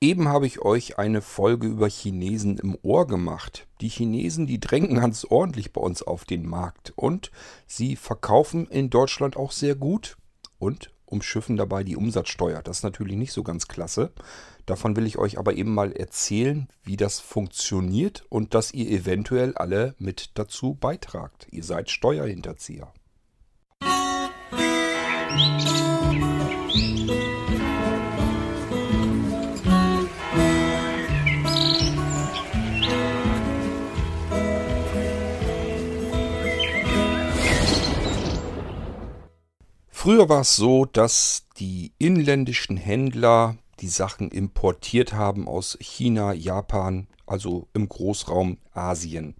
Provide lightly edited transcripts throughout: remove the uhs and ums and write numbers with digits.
Eben habe ich euch eine Folge über Chinesen im Ohr gemacht. Die Chinesen, die drängen ganz ordentlich bei uns auf den Markt und sie verkaufen in Deutschland auch sehr gut und umschiffen dabei die Umsatzsteuer. Das ist natürlich nicht so ganz klasse. Davon will ich euch aber eben mal erzählen, wie das funktioniert und dass ihr eventuell alle mit dazu beitragt. Ihr seid Steuerhinterzieher. Früher war es so, dass die inländischen Händler die Sachen importiert haben aus China, Japan, also im Großraum Asien.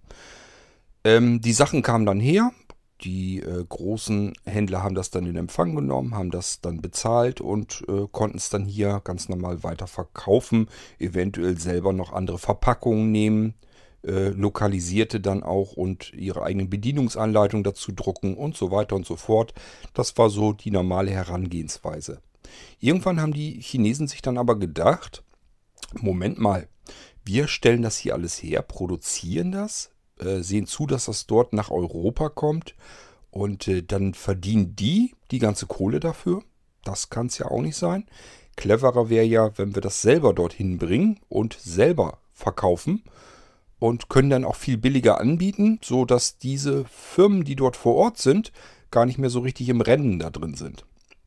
Die Sachen kamen dann her, die großen Händler haben das dann in Empfang genommen, haben das dann bezahlt und konnten es dann hier ganz normal weiter verkaufen, eventuell selber noch andere Verpackungen nehmen, lokalisierte dann auch und ihre eigenen Bedienungsanleitungen dazu drucken und so weiter und so fort. Das war so die normale Herangehensweise. Irgendwann haben die Chinesen sich dann aber gedacht, Moment mal, wir stellen das hier alles her, produzieren das, sehen zu, dass das dort nach Europa kommt und dann verdienen die ganze Kohle dafür. Das kann es ja auch nicht sein. Cleverer wäre ja, wenn wir das selber dorthin bringen und selber verkaufen und können dann auch viel billiger anbieten, so dass diese Firmen, die dort vor Ort sind, gar nicht mehr so richtig im Rennen da drin sind.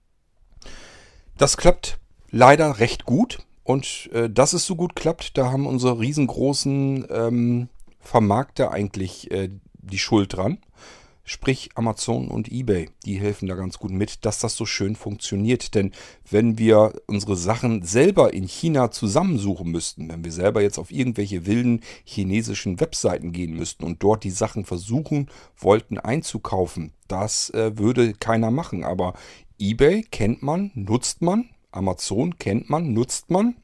Das klappt leider recht gut und dass es so gut klappt, da haben unsere riesengroßen Vermarkter eigentlich die Schuld dran. Sprich Amazon und eBay, die helfen da ganz gut mit, dass das so schön funktioniert. Denn wenn wir unsere Sachen selber in China zusammensuchen müssten, wenn wir selber jetzt auf irgendwelche wilden chinesischen Webseiten gehen müssten und dort die Sachen versuchen wollten einzukaufen, das würde keiner machen. Aber eBay kennt man, nutzt man, Amazon kennt man, nutzt man.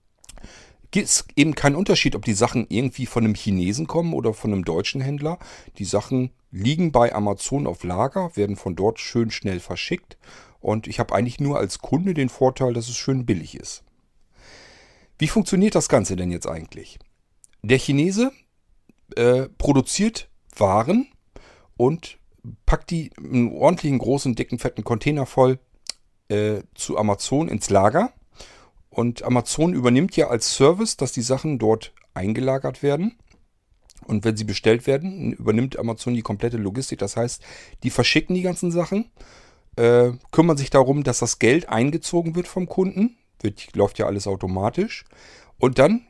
Ist eben kein Unterschied, ob die Sachen irgendwie von einem Chinesen kommen oder von einem deutschen Händler. Die Sachen liegen bei Amazon auf Lager, werden von dort schön schnell verschickt. Und ich habe eigentlich nur als Kunde den Vorteil, dass es schön billig ist. Wie funktioniert das Ganze denn jetzt eigentlich? Der Chinese produziert Waren und packt die in einen ordentlichen, großen, dicken, fetten Container voll zu Amazon ins Lager. Und Amazon übernimmt ja als Service, dass die Sachen dort eingelagert werden. Und wenn sie bestellt werden, übernimmt Amazon die komplette Logistik. Das heißt, die verschicken die ganzen Sachen, kümmern sich darum, dass das Geld eingezogen wird vom Kunden. Läuft ja alles automatisch. Und dann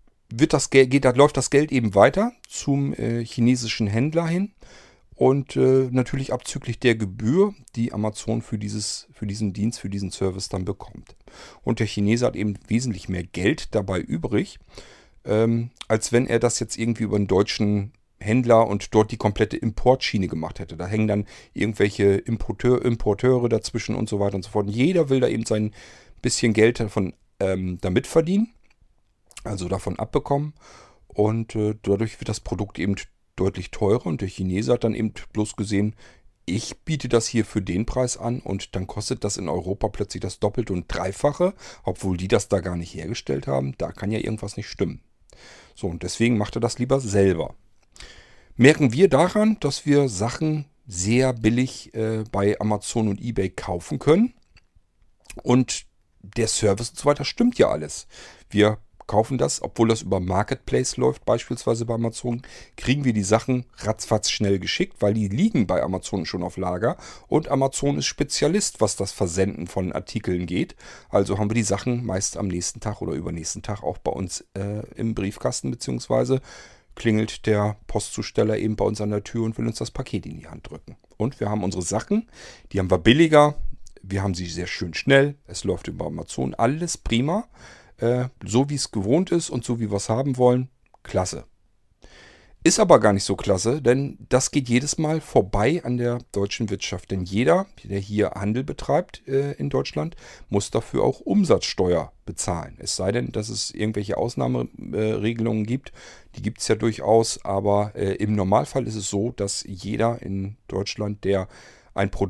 läuft das Geld eben weiter zum chinesischen Händler hin. Und natürlich abzüglich der Gebühr, die Amazon für diesen Dienst, für diesen Service dann bekommt. Und der Chinese hat eben wesentlich mehr Geld dabei übrig, als wenn er das jetzt irgendwie über einen deutschen Händler und dort die komplette Importschiene gemacht hätte. Da hängen dann irgendwelche Importeure dazwischen und so weiter und so fort. Und jeder will da eben sein bisschen Geld davon damit verdienen, also davon abbekommen. Und dadurch wird das Produkt eben deutlich teurer und der Chinese hat dann eben bloß gesehen, ich biete das hier für den Preis an und dann kostet das in Europa plötzlich das Doppelte und Dreifache, obwohl die das da gar nicht hergestellt haben. Da kann ja irgendwas nicht stimmen. So, und deswegen macht er das lieber selber. Merken wir daran, dass wir Sachen sehr billig bei Amazon und eBay kaufen können und der Service und so weiter stimmt ja alles. Wir kaufen das, obwohl das über Marketplace läuft, beispielsweise bei Amazon, kriegen wir die Sachen ratzfatz schnell geschickt, weil die liegen bei Amazon schon auf Lager und Amazon ist Spezialist, was das Versenden von Artikeln geht. Also haben wir die Sachen meist am nächsten Tag oder übernächsten Tag auch bei uns im Briefkasten, beziehungsweise klingelt der Postzusteller eben bei uns an der Tür und will uns das Paket in die Hand drücken. Und wir haben unsere Sachen, die haben wir billiger, wir haben sie sehr schön schnell, es läuft über Amazon, alles prima. So wie es gewohnt ist und so wie wir es haben wollen, klasse. Ist aber gar nicht so klasse, denn das geht jedes Mal vorbei an der deutschen Wirtschaft. Denn jeder, der hier Handel betreibt in Deutschland, muss dafür auch Umsatzsteuer bezahlen. Es sei denn, dass es irgendwelche Ausnahmeregelungen gibt. Die gibt es ja durchaus, aber im Normalfall ist es so, dass jeder in Deutschland, der ein Produkt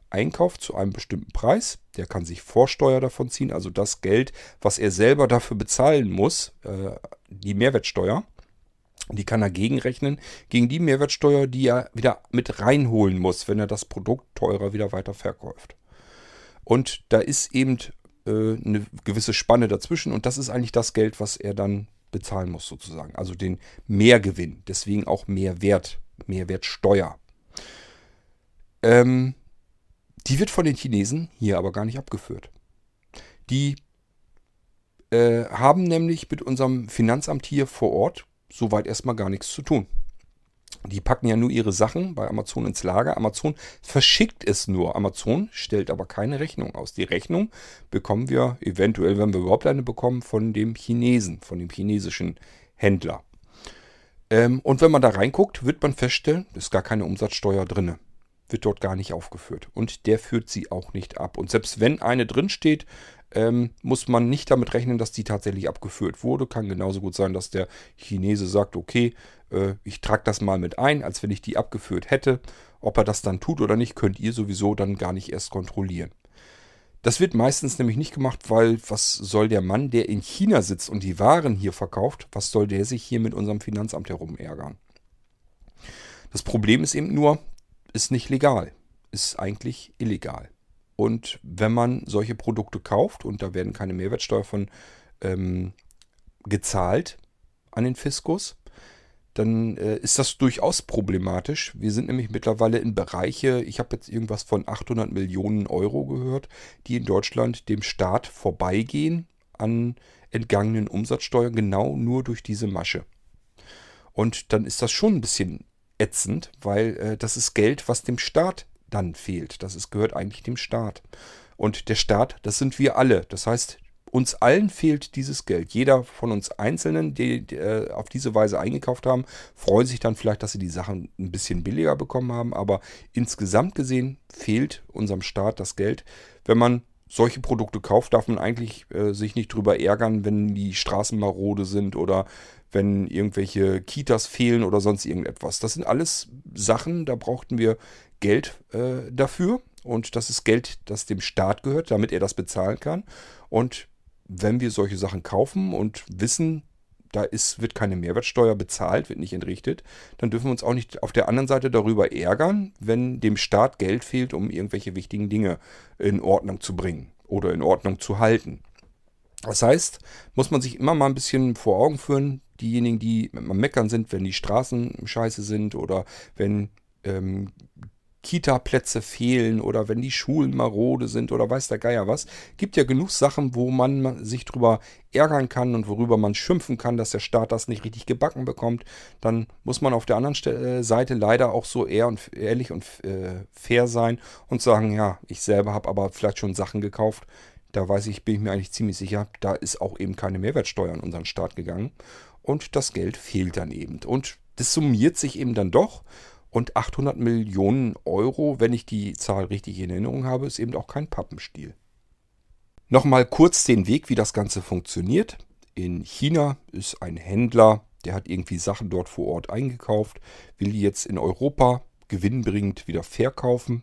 einkauft zu einem bestimmten Preis. Der kann sich Vorsteuer davon ziehen, also das Geld, was er selber dafür bezahlen muss, die Mehrwertsteuer. Die kann er gegenrechnen gegen die Mehrwertsteuer, die er wieder mit reinholen muss, wenn er das Produkt teurer wieder weiter verkauft. Und da ist eben eine gewisse Spanne dazwischen und das ist eigentlich das Geld, was er dann bezahlen muss sozusagen. Also den Mehrgewinn, deswegen auch Mehrwert, Mehrwertsteuer. Die wird von den Chinesen hier aber gar nicht abgeführt. Die haben nämlich mit unserem Finanzamt hier vor Ort soweit erstmal gar nichts zu tun. Die packen ja nur ihre Sachen bei Amazon ins Lager. Amazon verschickt es nur. Amazon stellt aber keine Rechnung aus. Die Rechnung bekommen wir eventuell, wenn wir überhaupt eine bekommen, von dem Chinesen, von dem chinesischen Händler. Und wenn man da reinguckt, wird man feststellen, ist gar keine Umsatzsteuer drin. Wird dort gar nicht aufgeführt. Und der führt sie auch nicht ab. Und selbst wenn eine drin steht, muss man nicht damit rechnen, dass die tatsächlich abgeführt wurde. Kann genauso gut sein, dass der Chinese sagt, okay, ich trage das mal mit ein, als wenn ich die abgeführt hätte. Ob er das dann tut oder nicht, könnt ihr sowieso dann gar nicht erst kontrollieren. Das wird meistens nämlich nicht gemacht, weil was soll der Mann, der in China sitzt und die Waren hier verkauft, was soll der sich hier mit unserem Finanzamt herumärgern? Das Problem ist eben nur, ist nicht legal, ist eigentlich illegal. Und wenn man solche Produkte kauft, und da werden keine Mehrwertsteuer von gezahlt an den Fiskus, dann ist das durchaus problematisch. Wir sind nämlich mittlerweile in Bereiche, ich habe jetzt irgendwas von 800 Millionen Euro gehört, die in Deutschland dem Staat vorbeigehen an entgangenen Umsatzsteuern, genau nur durch diese Masche. Und dann ist das schon ein bisschen ätzend, weil das ist Geld, was dem Staat dann fehlt. Gehört eigentlich dem Staat. Und der Staat, das sind wir alle. Das heißt, uns allen fehlt dieses Geld. Jeder von uns Einzelnen, die auf diese Weise eingekauft haben, freuen sich dann vielleicht, dass sie die Sachen ein bisschen billiger bekommen haben. Aber insgesamt gesehen fehlt unserem Staat das Geld. Wenn man solche Produkte kauft, darf man eigentlich sich nicht drüber ärgern, wenn die Straßen marode sind oder wenn irgendwelche Kitas fehlen oder sonst irgendetwas. Das sind alles Sachen, da brauchten wir Geld dafür. Und das ist Geld, das dem Staat gehört, damit er das bezahlen kann. Und wenn wir solche Sachen kaufen und wissen, wird keine Mehrwertsteuer bezahlt, wird nicht entrichtet, dann dürfen wir uns auch nicht auf der anderen Seite darüber ärgern, wenn dem Staat Geld fehlt, um irgendwelche wichtigen Dinge in Ordnung zu bringen oder in Ordnung zu halten. Das heißt, muss man sich immer mal ein bisschen vor Augen führen, diejenigen, die am Meckern sind, wenn die Straßen scheiße sind oder wenn Kita-Plätze fehlen oder wenn die Schulen marode sind oder weiß der Geier was. Gibt ja genug Sachen, wo man sich drüber ärgern kann und worüber man schimpfen kann, dass der Staat das nicht richtig gebacken bekommt. Dann muss man auf der anderen Seite leider auch so ehrlich und fair sein und sagen, ja, ich selber habe aber vielleicht schon Sachen gekauft. Da bin ich mir eigentlich ziemlich sicher, da ist auch eben keine Mehrwertsteuer an unseren Staat gegangen. Und das Geld fehlt dann eben. Und das summiert sich eben dann doch. Und 800 Millionen Euro, wenn ich die Zahl richtig in Erinnerung habe, ist eben auch kein Pappenstiel. Nochmal kurz den Weg, wie das Ganze funktioniert. In China ist ein Händler, der hat irgendwie Sachen dort vor Ort eingekauft, will die jetzt in Europa gewinnbringend wieder verkaufen,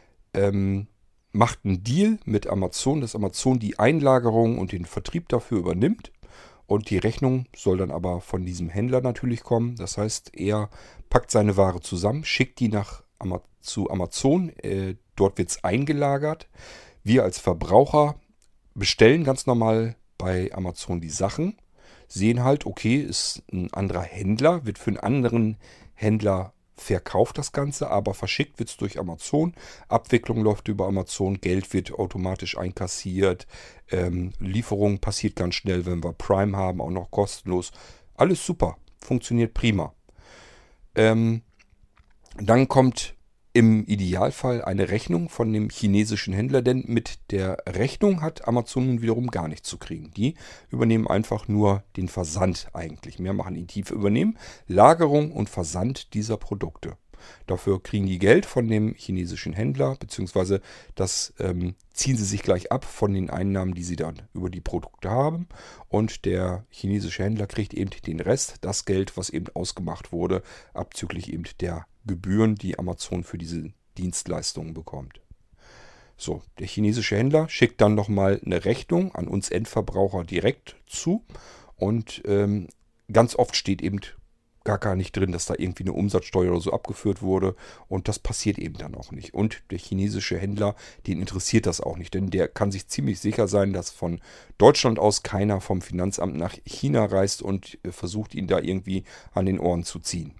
macht einen Deal mit Amazon, dass Amazon die Einlagerung und den Vertrieb dafür übernimmt. Und die Rechnung soll dann aber von diesem Händler natürlich kommen. Das heißt, er packt seine Ware zusammen, schickt die zu Amazon. Dort wird es eingelagert. Wir als Verbraucher bestellen ganz normal bei Amazon die Sachen. Sehen halt, okay, ist ein anderer Händler, wird für einen anderen Händler verkauft das Ganze, aber verschickt wird es durch Amazon. Abwicklung läuft über Amazon, Geld wird automatisch einkassiert. Lieferung passiert ganz schnell, wenn wir Prime haben, auch noch kostenlos. Alles super, funktioniert prima. Dann kommt im Idealfall eine Rechnung von dem chinesischen Händler, denn mit der Rechnung hat Amazon nun wiederum gar nichts zu kriegen. Die übernehmen einfach nur den Versand eigentlich. Mehr machen die tief übernehmen, Lagerung und Versand dieser Produkte. Dafür kriegen die Geld von dem chinesischen Händler, beziehungsweise das ziehen sie sich gleich ab von den Einnahmen, die sie dann über die Produkte haben. Und der chinesische Händler kriegt eben den Rest, das Geld, was eben ausgemacht wurde, abzüglich eben der Gebühren, die Amazon für diese Dienstleistungen bekommt. So, der chinesische Händler schickt dann nochmal eine Rechnung an uns Endverbraucher direkt zu. Und ganz oft steht eben gar nicht drin, dass da irgendwie eine Umsatzsteuer oder so abgeführt wurde. Und das passiert eben dann auch nicht. Und der chinesische Händler, den interessiert das auch nicht. Denn der kann sich ziemlich sicher sein, dass von Deutschland aus keiner vom Finanzamt nach China reist und versucht, ihn da irgendwie an den Ohren zu ziehen.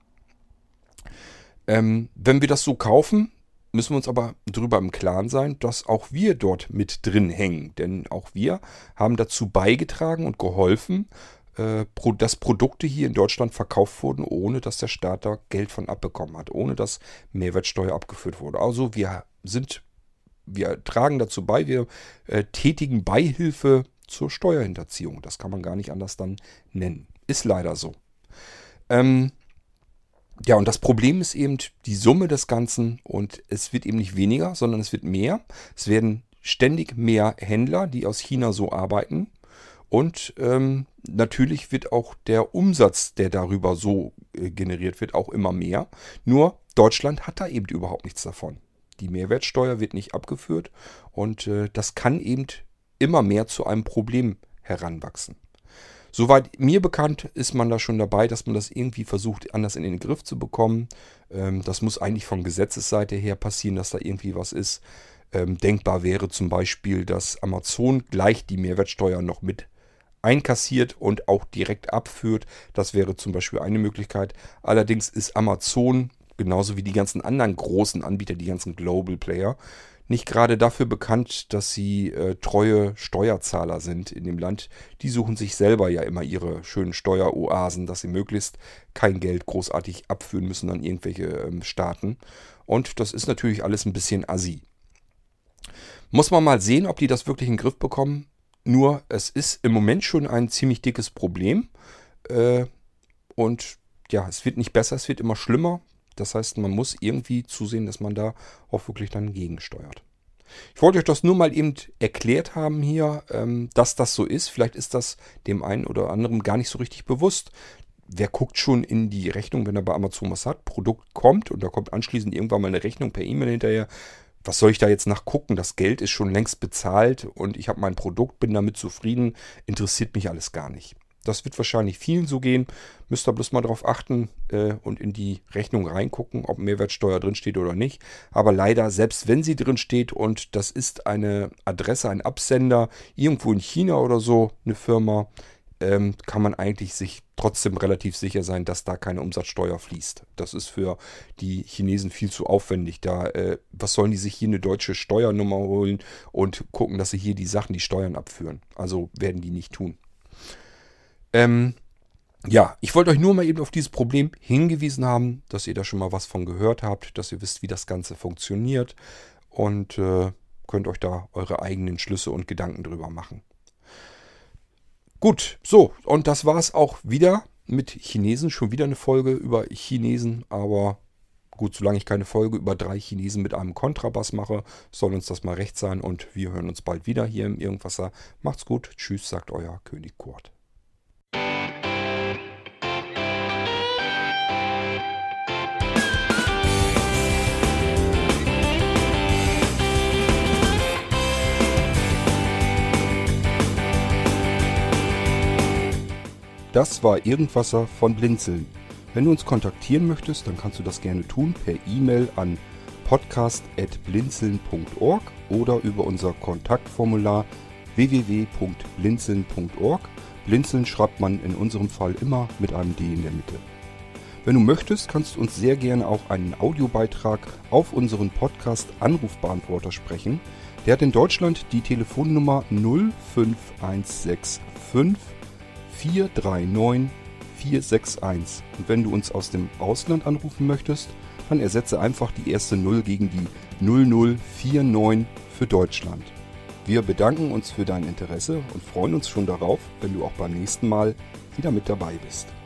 Wenn wir das so kaufen, müssen wir uns aber darüber im Klaren sein, dass auch wir dort mit drin hängen. Denn auch wir haben dazu beigetragen und geholfen, dass Produkte hier in Deutschland verkauft wurden, ohne dass der Staat da Geld von abbekommen hat, ohne dass Mehrwertsteuer abgeführt wurde. Also wir tragen dazu bei, wir tätigen Beihilfe zur Steuerhinterziehung. Das kann man gar nicht anders dann nennen. Ist leider so. Ja, und das Problem ist eben die Summe des Ganzen und es wird eben nicht weniger, sondern es wird mehr. Es werden ständig mehr Händler, die aus China so arbeiten. Und natürlich wird auch der Umsatz, der darüber so generiert wird, auch immer mehr. Nur Deutschland hat da eben überhaupt nichts davon. Die Mehrwertsteuer wird nicht abgeführt und das kann eben immer mehr zu einem Problem heranwachsen. Soweit mir bekannt ist man da schon dabei, dass man das irgendwie versucht, anders in den Griff zu bekommen. Das muss eigentlich von Gesetzesseite her passieren, dass da irgendwie was ist. Denkbar wäre zum Beispiel, dass Amazon gleich die Mehrwertsteuer noch mit einkassiert und auch direkt abführt. Das wäre zum Beispiel eine Möglichkeit. Allerdings ist Amazon, genauso wie die ganzen anderen großen Anbieter, die ganzen Global Player, nicht gerade dafür bekannt, dass sie treue Steuerzahler sind in dem Land. Die suchen sich selber ja immer ihre schönen Steueroasen, dass sie möglichst kein Geld großartig abführen müssen an irgendwelche Staaten. Und das ist natürlich alles ein bisschen assi. Muss man mal sehen, ob die das wirklich in den Griff bekommen. Nur, es ist im Moment schon ein ziemlich dickes Problem. Und ja, es wird nicht besser, es wird immer schlimmer. Das heißt, man muss irgendwie zusehen, dass man da auch wirklich dann gegensteuert. Ich wollte euch das nur mal eben erklärt haben hier, dass das so ist. Vielleicht ist das dem einen oder anderen gar nicht so richtig bewusst. Wer guckt schon in die Rechnung, wenn er bei Amazon was hat? Produkt kommt und da kommt anschließend irgendwann mal eine Rechnung per E-Mail hinterher. Was soll ich da jetzt nachgucken? Das Geld ist schon längst bezahlt und ich habe mein Produkt, bin damit zufrieden. Interessiert mich alles gar nicht. Das wird wahrscheinlich vielen so gehen. Müsst ihr bloß mal darauf achten und in die Rechnung reingucken, ob Mehrwertsteuer drin steht oder nicht. Aber leider, selbst wenn sie drin steht und das ist eine Adresse, ein Absender, irgendwo in China oder so, eine Firma, kann man eigentlich sich trotzdem relativ sicher sein, dass da keine Umsatzsteuer fließt. Das ist für die Chinesen viel zu aufwendig. Was sollen die sich hier eine deutsche Steuernummer holen und gucken, dass sie hier die Steuern abführen? Also werden die nicht tun. Ja, ich wollte euch nur mal eben auf dieses Problem hingewiesen haben, dass ihr da schon mal was von gehört habt, dass ihr wisst, wie das Ganze funktioniert und könnt euch da eure eigenen Schlüsse und Gedanken drüber machen. Gut, so, und das war es auch wieder mit Chinesen. Schon wieder eine Folge über Chinesen, aber gut, solange ich keine Folge über 3 Chinesen mit einem Kontrabass mache, soll uns das mal recht sein und wir hören uns bald wieder hier im Irgendwasser. Macht's gut, tschüss, sagt euer König Kurt. Das war Irgendwasser von Blinzeln. Wenn du uns kontaktieren möchtest, dann kannst du das gerne tun per E-Mail an podcast@blinzeln.org oder über unser Kontaktformular www.blinzeln.org. Blinzeln schreibt man in unserem Fall immer mit einem D in der Mitte. Wenn du möchtest, kannst du uns sehr gerne auch einen Audiobeitrag auf unseren Podcast-Anrufbeantworter sprechen. Der hat in Deutschland die Telefonnummer 05165 439 461. Und wenn du uns aus dem Ausland anrufen möchtest, dann ersetze einfach die erste 0 gegen die 0049 für Deutschland. Wir bedanken uns für dein Interesse und freuen uns schon darauf, wenn du auch beim nächsten Mal wieder mit dabei bist.